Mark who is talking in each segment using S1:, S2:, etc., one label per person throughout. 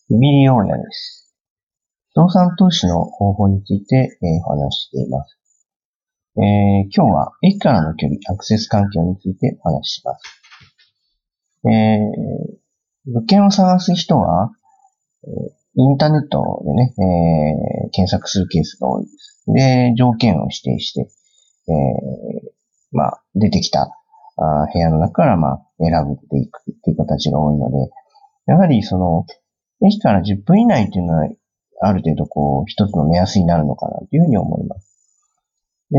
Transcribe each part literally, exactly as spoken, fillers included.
S1: ビビリ大家です。不動産投資の方法について、えーお話ししています。えー今日は駅からの距離、アクセス環境についてお話しします。えー物件を探す人は、えーインターネットでね、えー検索するケースが多いです。で、条件を指定して、えーまあ、出てきたあー部屋の中からまあ選ぶっていくっていう形が多いので、やはりその、駅からじゅっぷん以内っていうのは、ある程度こう、一つの目安になるのかなというふうに思います。で、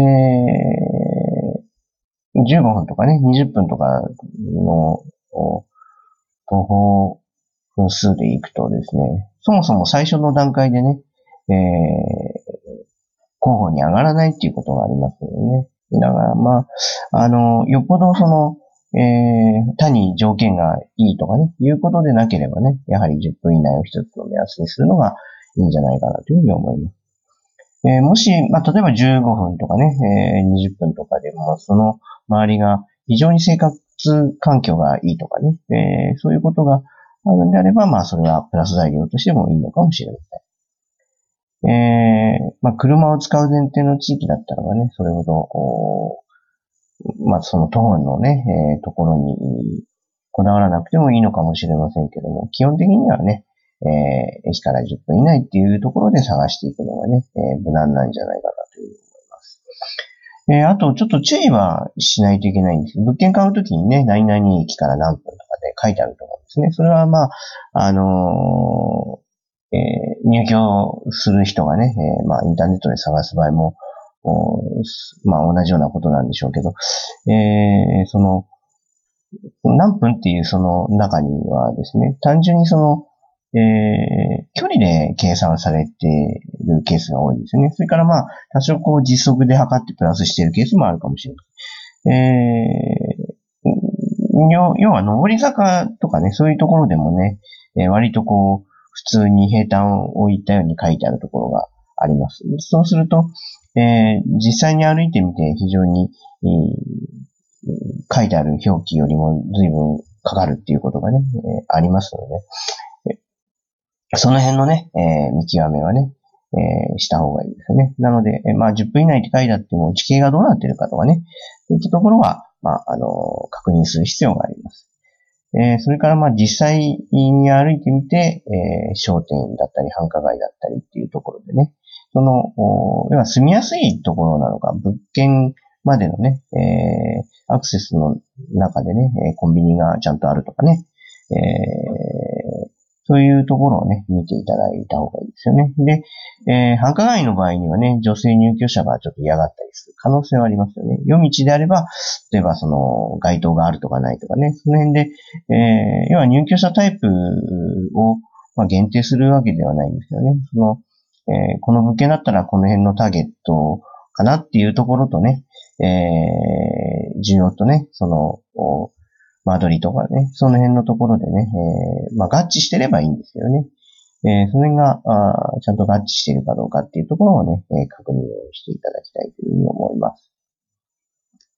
S1: じゅうごふんとかね、にじゅっぷんとかのお徒歩分数で行くとですね、そもそも最初の段階でね、えー、候補に上がらないっていうことがありますよね。だからまあ、あの、よっぽどその、えー、他に条件がいいとかね、いうことでなければね、やはりじゅっぷん以内を一つの目安にするのがいいんじゃないかなというふうに思います。えーもし、まあ、例えばじゅうごふんとかね、えーにじゅっぷんとかでも、その周りが非常に生活環境がいいとかね、えーそういうことがあるんであれば、まあ、それはプラス材料としてもいいのかもしれません。えーまあ、車を使う前提の地域だったらばね、それほど、おまあ、その徒歩のね、えーところにこだわらなくてもいいのかもしれませんけども、基本的にはね、えー駅からじゅっぷん以内っていうところで探していくのがね、えー無難なんじゃないかなというふうに思います。えーあと、ちょっと注意はしないといけないんですけど、物件買うときにね、何々駅から何分とかで書いてあると思うんですね。それはまあ、あのーえー入居する人がね、えーまあ、インターネットで探す場合も、おまあ、同じようなことなんでしょうけど、えーその、何分っていうその中にはですね、単純にその、えー距離で計算されているケースが多いですね。それからまあ、多少こう実測で測ってプラスしているケースもあるかもしれません。えー要要は上り坂とかね、そういうところでもね、えー割とこう、普通に平坦を置いたように書いてあるところがあります。そうすると、えー実際に歩いてみて非常に、えー書いてある表記よりも随分かかるっていうことがね、えーありますので、えその辺のね、えー見極めはね、えーした方がいいですね。なので、えーまあじゅっぷん以内って書いてあっても地形がどうなってるかとかね、そういったところは、まあ、あのー確認する必要があります。えーそれからまあ実際に歩いてみて、えー商店だったり繁華街だったりっていうところでね、その、お要は住みやすいところなのか、物件までのね、えーアクセスの中でね、えーコンビニがちゃんとあるとかね、えーそういうところをね、見ていただいた方がいいですよね。で、えー繁華街の場合にはね、女性入居者がちょっと嫌がったりする可能性はありますよね。夜道であれば、例えばその街灯があるとかないとかね、その辺で、えー要は入居者タイプを、まあ、限定するわけではないんですよね。その、えーこの物件だったらこの辺のターゲットかなっていうところとね、えー需要とね、その、お間取りとかね、その辺のところでね、えーまあ、合致してればいいんですけどね。えーその辺があーちゃんと合致しているかどうかっていうところをね、えー確認をしていただきたいというふうに思います。